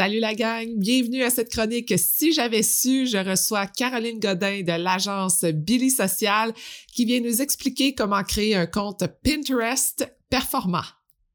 Salut la gang, bienvenue à cette chronique Si j'avais su. Je reçois Caroline Godin de l'agence Billy Social qui vient nous expliquer comment créer un compte Pinterest performant.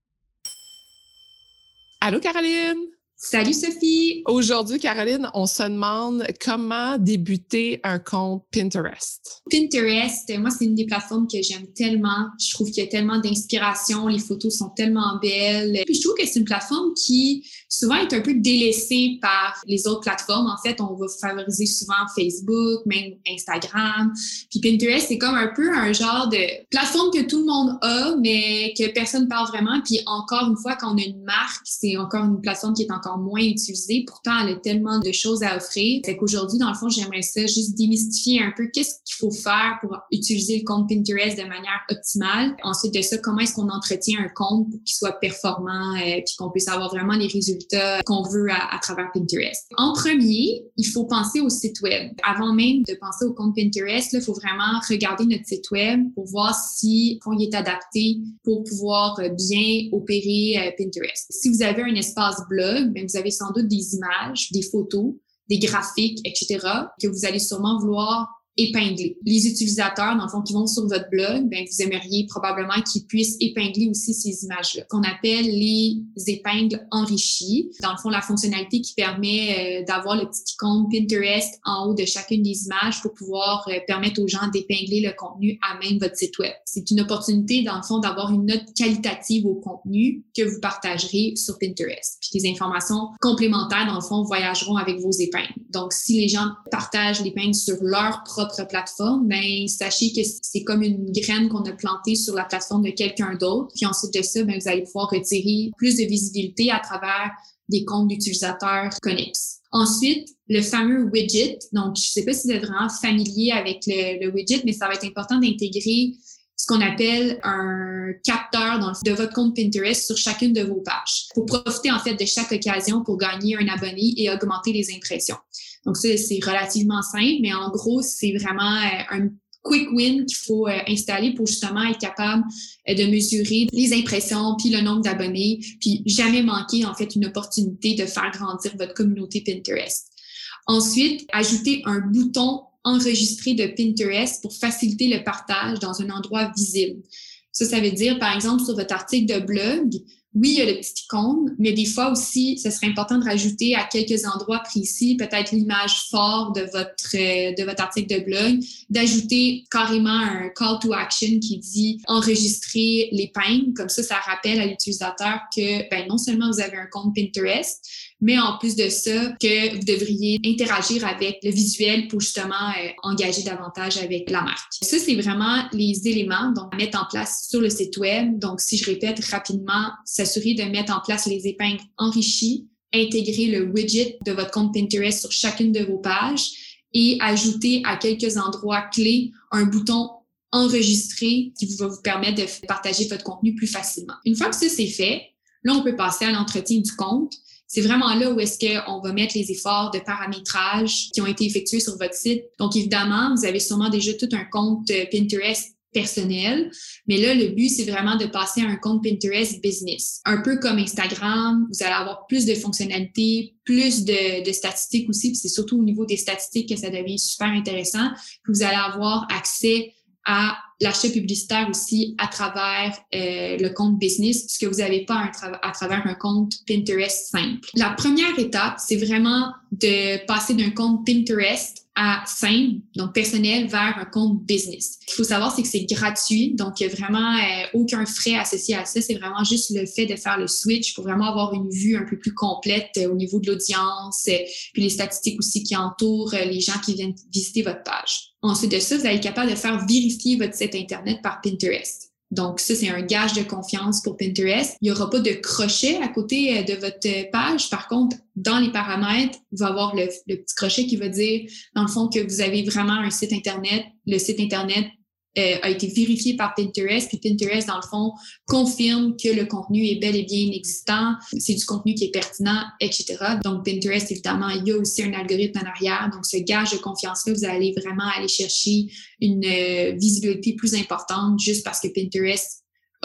Allô Caroline! Salut Sophie! Aujourd'hui, Caroline, on se demande comment débuter un compte Pinterest. Pinterest, moi, c'est une des plateformes que j'aime tellement. Je trouve qu'il y a tellement d'inspiration, les photos sont tellement belles. Puis je trouve que c'est une plateforme qui souvent est un peu délaissée par les autres plateformes. En fait, on va favoriser souvent Facebook, même Instagram. Puis Pinterest, c'est comme un peu un genre de plateforme que tout le monde a, mais que personne ne parle vraiment. Puis encore une fois, quand on a une marque, c'est encore une plateforme qui est encore moins utilisée. Pourtant, elle a tellement de choses à offrir. Fait qu'aujourd'hui, dans le fond, j'aimerais ça juste démystifier un peu qu'est-ce qu'il faut faire pour utiliser le compte Pinterest de manière optimale. Ensuite de ça, comment est-ce qu'on entretient un compte pour qu'il soit performant puis qu'on puisse avoir vraiment les résultats qu'on veut à travers Pinterest. En premier, il faut penser au site web. Avant même de penser au compte Pinterest, il faut vraiment regarder notre site web pour voir si il est adapté pour pouvoir bien opérer Pinterest. Si vous avez un espace blog, bien, vous avez sans doute des images, des photos, des graphiques, etc., que vous allez sûrement vouloir épingler. Les utilisateurs, dans le fond, qui vont sur votre blog, bien, vous aimeriez probablement qu'ils puissent épingler aussi ces images-là, qu'on appelle les épingles enrichies. Dans le fond, la fonctionnalité qui permet d'avoir le petit icône Pinterest en haut de chacune des images pour pouvoir permettre aux gens d'épingler le contenu à même votre site web. C'est une opportunité, dans le fond, d'avoir une note qualitative au contenu que vous partagerez sur Pinterest. Puis les informations complémentaires, dans le fond, voyageront avec vos épingles. Donc, si les gens partagent l'épingle sur leur propre plateforme, ben sachez que c'est comme une graine qu'on a plantée sur la plateforme de quelqu'un d'autre. Puis ensuite de ça, ben vous allez pouvoir retirer plus de visibilité à travers des comptes d'utilisateurs connexes. Ensuite, le fameux widget. Donc, je sais pas si vous êtes vraiment familier avec le widget, mais ça va être important d'intégrer ce qu'on appelle un capteur de votre compte Pinterest sur chacune de vos pages pour profiter en fait de chaque occasion pour gagner un abonné et augmenter les impressions. Donc ça, c'est relativement simple, mais en gros, c'est vraiment un quick win qu'il faut installer pour justement être capable de mesurer les impressions puis le nombre d'abonnés, puis jamais manquer en fait une opportunité de faire grandir votre communauté Pinterest. Ensuite, ajouter un bouton enregistré de Pinterest pour faciliter le partage dans un endroit visible. Ça veut dire, par exemple, sur votre article de blog, oui, il y a le petit icône, mais des fois aussi, ce serait important de rajouter à quelques endroits précis, peut-être l'image forte de votre article de blog, d'ajouter carrément un call to action qui dit enregistrer l'épingle. Comme ça rappelle à l'utilisateur que non seulement vous avez un compte Pinterest, mais en plus de ça, que vous devriez interagir avec le visuel pour justement engager davantage avec la marque. Ça, c'est vraiment les éléments donc, à mettre en place sur le site web. Donc, si je répète rapidement, s'assurer de mettre en place les épingles enrichies, intégrer le widget de votre compte Pinterest sur chacune de vos pages et ajouter à quelques endroits clés un bouton enregistrer qui va vous permettre de partager votre contenu plus facilement. Une fois que ça, c'est fait, là, on peut passer à l'entretien du compte. C'est vraiment là où est-ce qu'on va mettre les efforts de paramétrage qui ont été effectués sur votre site. Donc, évidemment, vous avez sûrement déjà tout un compte Pinterest personnel, mais là, le but, c'est vraiment de passer à un compte Pinterest business. Un peu comme Instagram, vous allez avoir plus de fonctionnalités, plus de statistiques aussi, puis c'est surtout au niveau des statistiques que ça devient super intéressant. Puis vous allez avoir accès à l'achat publicitaire aussi à travers le compte business, ce que vous n'avez pas à travers un compte Pinterest simple. La première étape, c'est vraiment de passer d'un compte Pinterest à simple, donc personnel, vers un compte business. Ce qu'il faut savoir, c'est que c'est gratuit, donc il n'y a vraiment aucun frais associé à ça. C'est vraiment juste le fait de faire le switch pour vraiment avoir une vue un peu plus complète au niveau de l'audience, puis les statistiques aussi qui entourent les gens qui viennent visiter votre page. Ensuite de ça, vous allez être capable de faire vérifier votre site Internet par Pinterest. Donc ça, c'est un gage de confiance pour Pinterest. Il n'y aura pas de crochet à côté de votre page. Par contre, dans les paramètres, il va y avoir le petit crochet qui va dire, dans le fond, que vous avez vraiment un site Internet. Le site Internet a été vérifié par Pinterest, puis Pinterest, dans le fond, confirme que le contenu est bel et bien existant, c'est du contenu qui est pertinent, etc. Donc, Pinterest, évidemment, il y a aussi un algorithme en arrière. Donc, ce gage de confiance-là, vous allez vraiment aller chercher une visibilité plus importante juste parce que Pinterest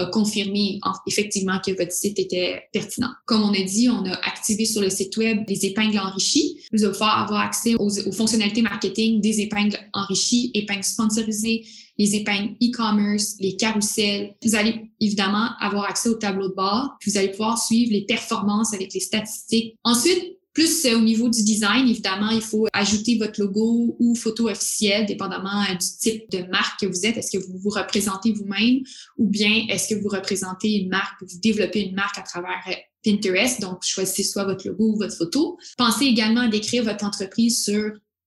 a confirmé effectivement que votre site était pertinent. Comme on a dit, on a activé sur le site web les épingles enrichies. Vous allez pouvoir avoir accès aux fonctionnalités marketing des épingles enrichies, épingles sponsorisées, les épingles e-commerce, les carousels. Vous allez évidemment avoir accès au tableau de bord. Puis vous allez pouvoir suivre les performances avec les statistiques. Ensuite, plus au niveau du design, évidemment, il faut ajouter votre logo ou photo officielle, dépendamment du type de marque que vous êtes. Est-ce que vous vous représentez vous-même ou bien est-ce que vous représentez une marque ou vous développez une marque à travers Pinterest? Donc, choisissez soit votre logo ou votre photo. Pensez également à décrire votre entreprise sur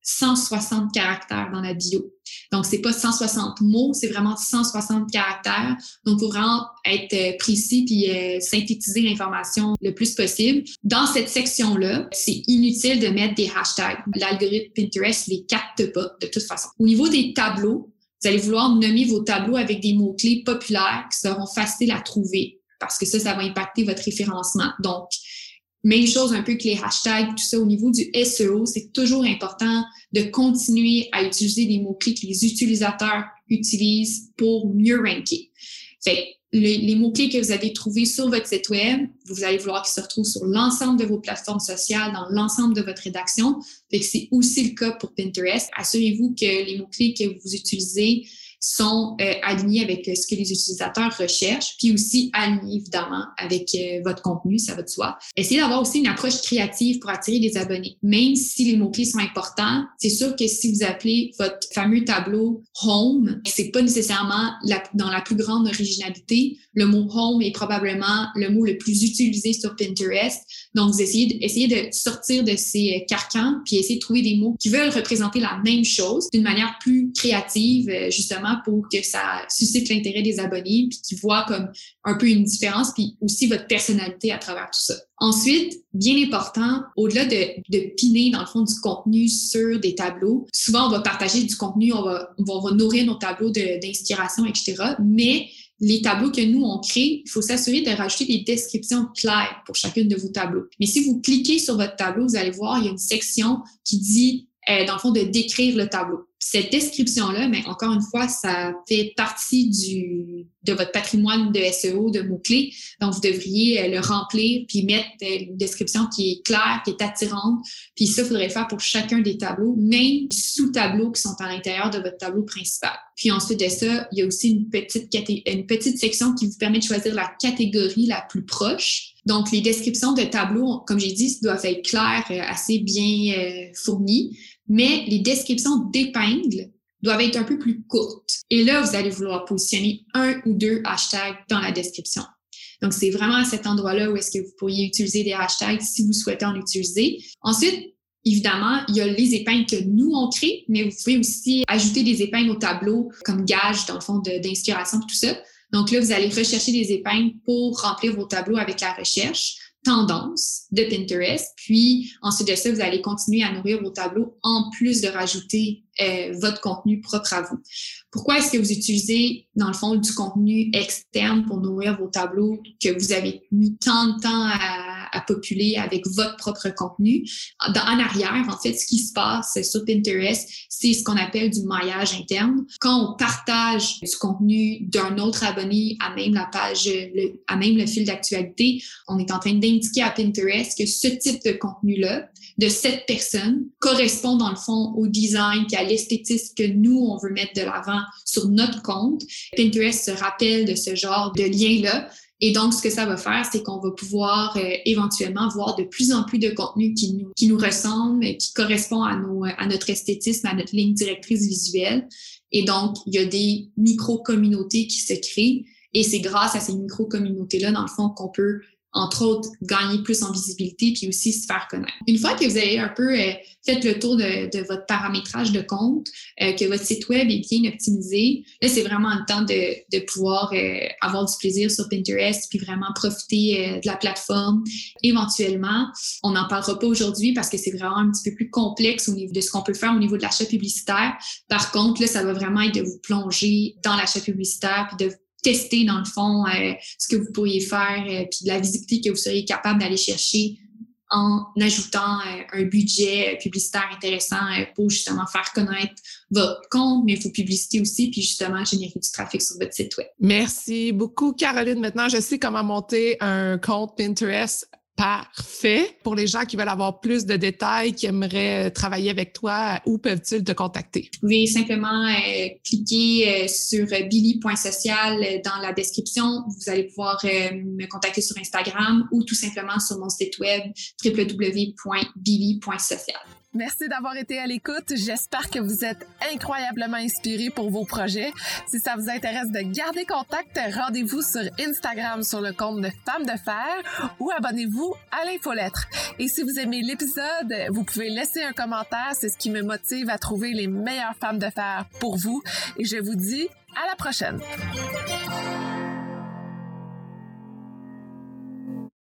160 caractères dans la bio. Donc, c'est pas 160 mots, c'est vraiment 160 caractères. Donc, il faut vraiment être précis puis synthétiser l'information le plus possible. Dans cette section-là, c'est inutile de mettre des hashtags. L'algorithme Pinterest les capte pas de toute façon. Au niveau des tableaux, vous allez vouloir nommer vos tableaux avec des mots-clés populaires qui seront faciles à trouver parce que ça va impacter votre référencement. Donc, même chose un peu que les hashtags, tout ça. Au niveau du SEO, c'est toujours important de continuer à utiliser les mots-clés que les utilisateurs utilisent pour mieux ranker. Fait les mots-clés que vous avez trouvés sur votre site web, vous allez vouloir qu'ils se retrouvent sur l'ensemble de vos plateformes sociales, dans l'ensemble de votre rédaction. Fait que c'est aussi le cas pour Pinterest. Assurez-vous que les mots-clés que vous utilisez sont alignés avec ce que les utilisateurs recherchent, puis aussi alignés évidemment avec votre contenu, ça va de soi. Essayez d'avoir aussi une approche créative pour attirer des abonnés. Même si les mots-clés sont importants, c'est sûr que si vous appelez votre fameux tableau Home, c'est pas nécessairement dans la plus grande originalité. Le mot Home est probablement le mot le plus utilisé sur Pinterest. Donc, vous essayez de sortir de ces carcans puis essayer de trouver des mots qui veulent représenter la même chose d'une manière plus créative, justement, pour que ça suscite l'intérêt des abonnés puis qu'ils voient comme un peu une différence puis aussi votre personnalité à travers tout ça. Ensuite, bien important, au-delà de piner dans le fond du contenu sur des tableaux, souvent on va partager du contenu, on va nourrir nos tableaux d'inspiration, etc. Mais les tableaux que nous, on crée, il faut s'assurer de rajouter des descriptions claires pour chacune de vos tableaux. Mais si vous cliquez sur votre tableau, vous allez voir, il y a une section qui dit, dans le fond, de décrire le tableau. Cette description-là, mais encore une fois, ça fait partie de votre patrimoine de SEO, de mots-clés. Donc, vous devriez le remplir puis mettre une description qui est claire, qui est attirante. Puis ça, il faudrait le faire pour chacun des tableaux, même sous-tableaux qui sont à l'intérieur de votre tableau principal. Puis ensuite de ça, il y a aussi une petite section qui vous permet de choisir la catégorie la plus proche. Donc, les descriptions de tableaux, comme j'ai dit, doivent être claires, assez bien fournies. Mais les descriptions d'épingles doivent être un peu plus courtes. Et là, vous allez vouloir positionner 1 ou 2 hashtags dans la description. Donc, c'est vraiment à cet endroit-là où est-ce que vous pourriez utiliser des hashtags si vous souhaitez en utiliser. Ensuite, évidemment, il y a les épingles que nous, on crée, mais vous pouvez aussi ajouter des épingles au tableau comme gage, dans le fond, d'inspiration et tout ça. Donc là, vous allez rechercher des épingles pour remplir vos tableaux avec la recherche tendance de Pinterest. Puis, ensuite de ça, vous allez continuer à nourrir vos tableaux en plus de rajouter votre contenu propre à vous. Pourquoi est-ce que vous utilisez, dans le fond, du contenu externe pour nourrir vos tableaux que vous avez mis tant de temps à populer avec votre propre contenu? En arrière, en fait, ce qui se passe sur Pinterest, c'est ce qu'on appelle du maillage interne. Quand on partage du contenu d'un autre abonné à même la page, à même le fil d'actualité, on est en train d'indiquer à Pinterest que ce type de contenu-là, de cette personne, correspond dans le fond au design et à l'esthétisme que nous, on veut mettre de l'avant sur notre compte. Pinterest se rappelle de ce genre de lien-là. Et donc, ce que ça va faire, c'est qu'on va pouvoir éventuellement voir de plus en plus de contenu qui nous ressemble, qui correspond à notre esthétisme, à notre ligne directrice visuelle. Et donc, il y a des micro-communautés qui se créent. Et c'est grâce à ces micro-communautés-là, dans le fond, qu'on peut entre autres, gagner plus en visibilité puis aussi se faire connaître. Une fois que vous avez un peu fait le tour de votre paramétrage de compte, que votre site web est bien optimisé, là, c'est vraiment le temps de pouvoir avoir du plaisir sur Pinterest puis vraiment profiter de la plateforme. Éventuellement, on n'en parlera pas aujourd'hui parce que c'est vraiment un petit peu plus complexe au niveau de ce qu'on peut faire au niveau de l'achat publicitaire. Par contre, là, ça va vraiment être de vous plonger dans l'achat publicitaire puis de tester, dans le fond, ce que vous pourriez faire, puis de la visibilité que vous seriez capable d'aller chercher en ajoutant un budget publicitaire intéressant pour justement faire connaître votre compte, mais il faut publicité aussi, puis justement générer du trafic sur votre site web. Merci beaucoup, Caroline. Maintenant, je sais comment monter un compte Pinterest parfait. Pour les gens qui veulent avoir plus de détails, qui aimeraient travailler avec toi, où peuvent-ils te contacter? Vous pouvez simplement cliquer sur billy.social dans la description. Vous allez pouvoir me contacter sur Instagram ou tout simplement sur mon site web www.billy.social. Merci d'avoir été à l'écoute. J'espère que vous êtes incroyablement inspirés pour vos projets. Si ça vous intéresse de garder contact, rendez-vous sur Instagram sur le compte de Femmes de Fer ou abonnez-vous à l'infolettre. Et si vous aimez l'épisode, vous pouvez laisser un commentaire. C'est ce qui me motive à trouver les meilleures femmes de fer pour vous. Et je vous dis à la prochaine.